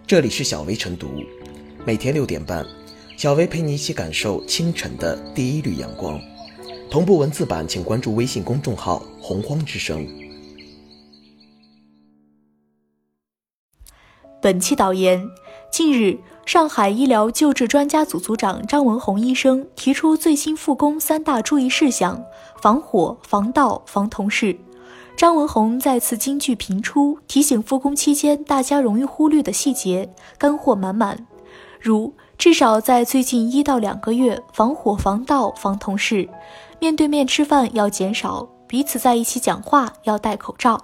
这里是小薇晨读，每天6点半，小薇陪你一起感受清晨的第一缕阳光。同步文字版请关注微信公众号洪荒之声。 本期导言：近日，上海医疗救治专家组组长张文宏医生提出最新复工3大注意事项，防火、防盗、防同事。张文宏再次金句频出，提醒复工期间大家容易忽略的细节，干货满满。如至少在最近1到2个月，防火、防盗、防同事，面对面吃饭要减少，彼此在一起讲话要戴口罩。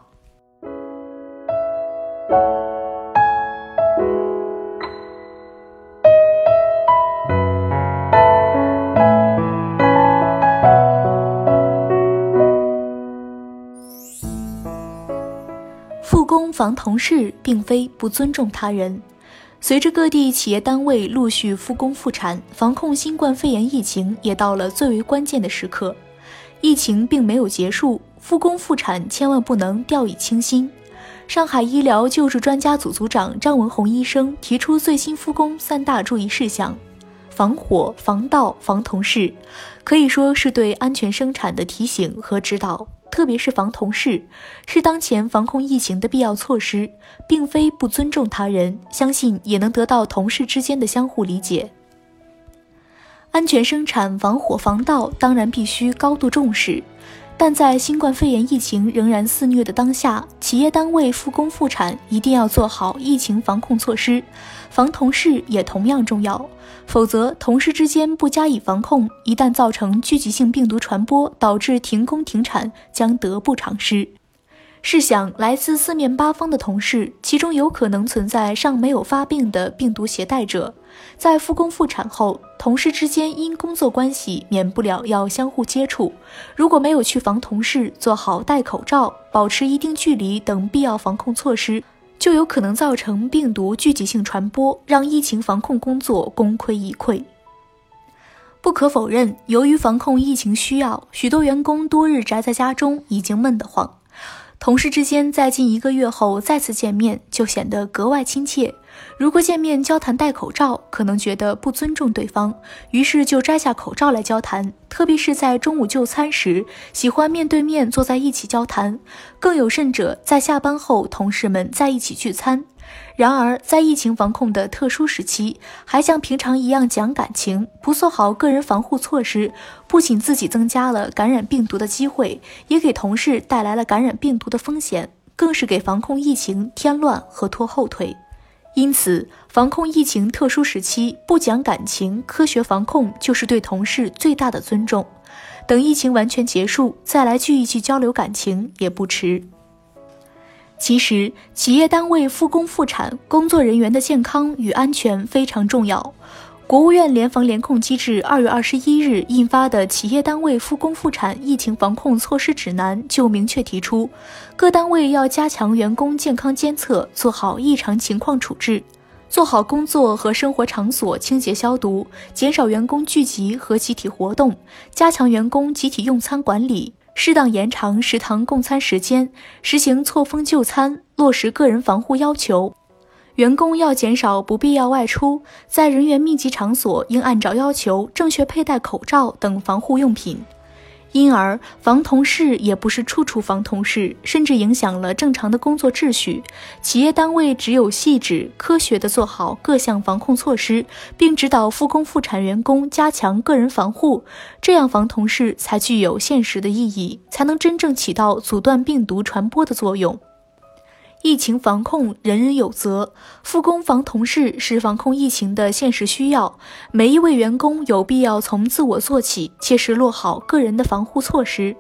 复工防同事并非不尊重他人。随着各地企业单位陆续复工复产，防控新冠肺炎疫情也到了最为关键的时刻。疫情并没有结束，复工复产千万不能掉以轻心。上海医疗救治专家组组长张文宏医生提出最新复工3大注意事项，防火、防盗、防同事，可以说是对安全生产的提醒和指导。特别是防同事，是当前防控疫情的必要措施，并非不尊重他人，相信也能得到同事之间的相互理解。安全生产、防火防盗当然必须高度重视，但在新冠肺炎疫情仍然肆虐的当下，企业单位复工复产一定要做好疫情防控措施，防同事也同样重要，否则同事之间不加以防控，一旦造成聚集性病毒传播，导致停工停产，将得不偿失。试想，来自四面八方的同事，其中有可能存在尚没有发病的病毒携带者，在复工复产后，同事之间因工作关系免不了要相互接触，如果没有去防同事，做好戴口罩、保持一定距离等必要防控措施，就有可能造成病毒聚集性传播，让疫情防控工作功亏一篑。不可否认，由于防控疫情需要，许多员工多日宅在家中已经闷得慌。同事之间在近1个月后再次见面，就显得格外亲切。如果见面交谈戴口罩，可能觉得不尊重对方，于是就摘下口罩来交谈。特别是在中午就餐时，喜欢面对面坐在一起交谈。更有甚者，在下班后，同事们在一起聚餐。然而，在疫情防控的特殊时期，还像平常一样讲感情，不做好个人防护措施，不仅自己增加了感染病毒的机会，也给同事带来了感染病毒的风险，更是给防控疫情添乱和拖后腿。因此，防控疫情特殊时期，不讲感情，科学防控就是对同事最大的尊重。等疫情完全结束，再来聚一聚交流感情也不迟。其实，企业单位复工复产，工作人员的健康与安全非常重要。国务院联防联控机制2月21日印发的《企业单位复工复产疫情防控措施指南》就明确提出，各单位要加强员工健康监测，做好异常情况处置，做好工作和生活场所清洁消毒，减少员工聚集和集体活动，加强员工集体用餐管理，适当延长食堂供餐时间，实行错峰就餐，落实个人防护要求。员工要减少不必要外出，在人员密集场所应按照要求正确佩戴口罩等防护用品。因而，防同事也不是处处防同事，甚至影响了正常的工作秩序。企业单位只有细致、科学地做好各项防控措施，并指导复工复产员工加强个人防护，这样防同事才具有现实的意义，才能真正起到阻断病毒传播的作用。疫情防控人人有责，复工防同事是防控疫情的现实需要，每一位员工有必要从自我做起，切实落好个人的防护措施。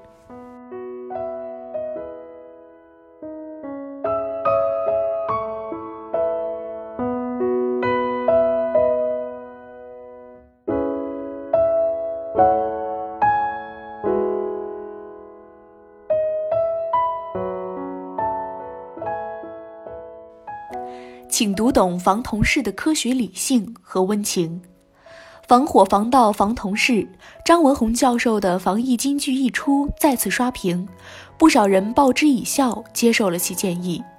请读懂防同事的科学理性和温情。防火防盗防同事，张文宏教授的防疫金句一出，再次刷屏，不少人报之以笑，接受了其建议。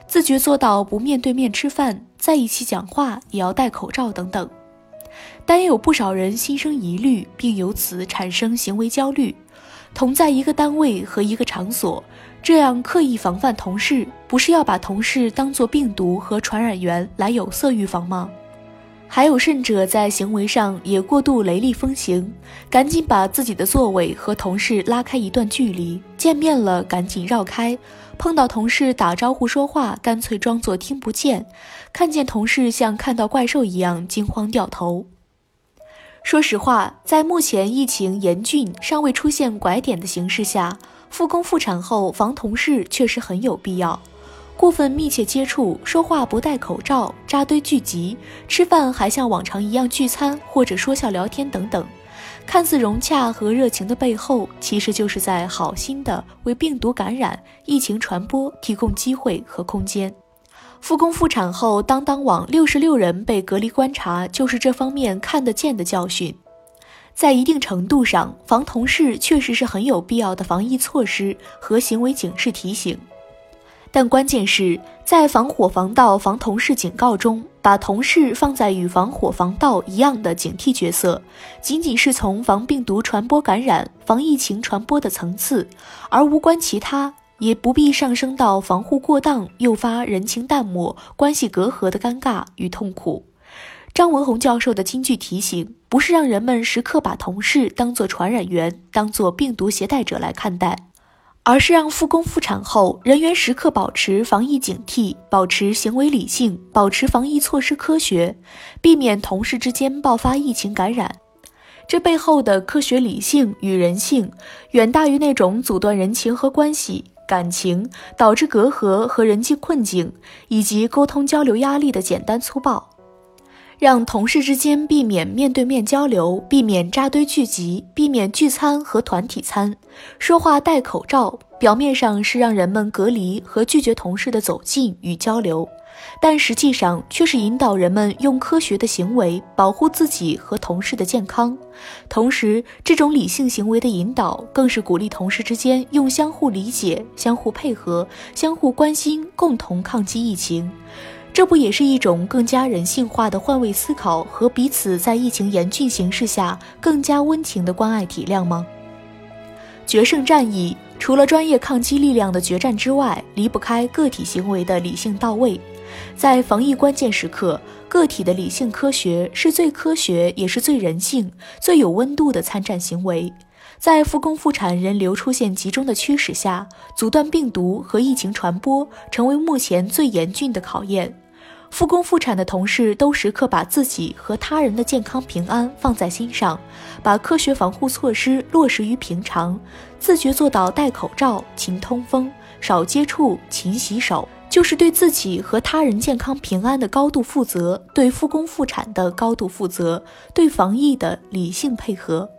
自觉做到不面对面吃饭，在一起讲话也要戴口罩等等。但也有不少人心生疑虑，并由此产生行为焦虑。同在一个单位和一个场所，这样刻意防范同事，不是要把同事当作病毒和传染源来有色预防吗？还有甚者在行为上也过度雷厉风行，赶紧把自己的座位和同事拉开一段距离，见面了赶紧绕开，碰到同事打招呼说话干脆装作听不见，看见同事像看到怪兽一样惊慌掉头。说实话，在目前疫情严峻尚未出现拐点的形势下，复工复产后防同事确实很有必要。过分密切接触，说话不戴口罩，扎堆聚集，吃饭还像往常一样聚餐或者说笑聊天等等，看似融洽和热情的背后，其实就是在好心的为病毒感染、疫情传播提供机会和空间。复工复产后，当当网66人被隔离观察，就是这方面看得见的教训。在一定程度上，防同事确实是很有必要的防疫措施和行为警示提醒。但关键是在防火防盗防同事警告中，把同事放在与防火防盗一样的警惕角色，仅仅是从防病毒传播感染、防疫情传播的层次，而无关其他，也不必上升到防护过当诱发人情淡漠、关系隔阂的尴尬与痛苦。张文宏教授的金句提醒，不是让人们时刻把同事当作传染源、当作病毒携带者来看待，而是让复工复产后人员时刻保持防疫警惕，保持行为理性，保持防疫措施科学，避免同事之间爆发疫情感染。这背后的科学理性与人性，远大于那种阻断人情和关系、感情，导致隔阂和人际困境，以及沟通交流压力的简单粗暴。让同事之间避免面对面交流，避免扎堆聚集，避免聚餐和团体餐，说话戴口罩，表面上是让人们隔离和拒绝同事的走近与交流，但实际上却是引导人们用科学的行为保护自己和同事的健康。同时，这种理性行为的引导，更是鼓励同事之间用相互理解、相互配合、相互关心，共同抗击疫情。这不也是一种更加人性化的换位思考和彼此在疫情严峻形势下更加温情的关爱体谅吗？决胜战役除了专业抗击力量的决战之外，离不开个体行为的理性到位。在防疫关键时刻，个体的理性科学是最科学也是最人性、最有温度的参战行为。在复工复产人流出现集中的驱使下，阻断病毒和疫情传播成为目前最严峻的考验。复工复产的同事都时刻把自己和他人的健康平安放在心上，把科学防护措施落实于平常，自觉做到戴口罩、勤通风、少接触、勤洗手，就是对自己和他人健康平安的高度负责，对复工复产的高度负责，对防疫的理性配合。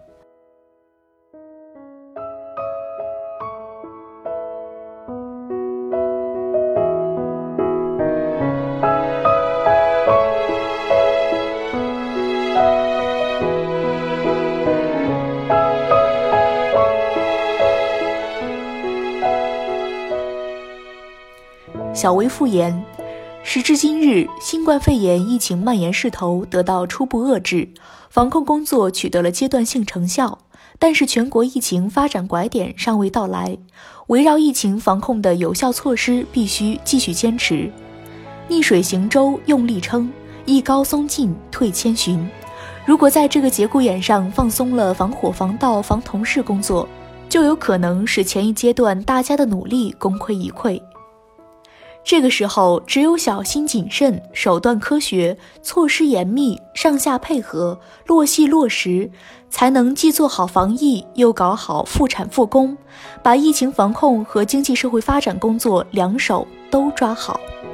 小微复言，时至今日，新冠肺炎疫情蔓延势头得到初步遏制，防控工作取得了阶段性成效，但是全国疫情发展拐点尚未到来，围绕疫情防控的有效措施必须继续坚持。逆水行舟，用力撑，艺高松劲，退千寻。如果在这个节骨眼上放松了防火防盗防同事工作，就有可能使前一阶段大家的努力功亏一篑。这个时候，只有小心谨慎、手段科学、措施严密、上下配合、落细落实，才能既做好防疫，又搞好复产复工，把疫情防控和经济社会发展工作两手都抓好。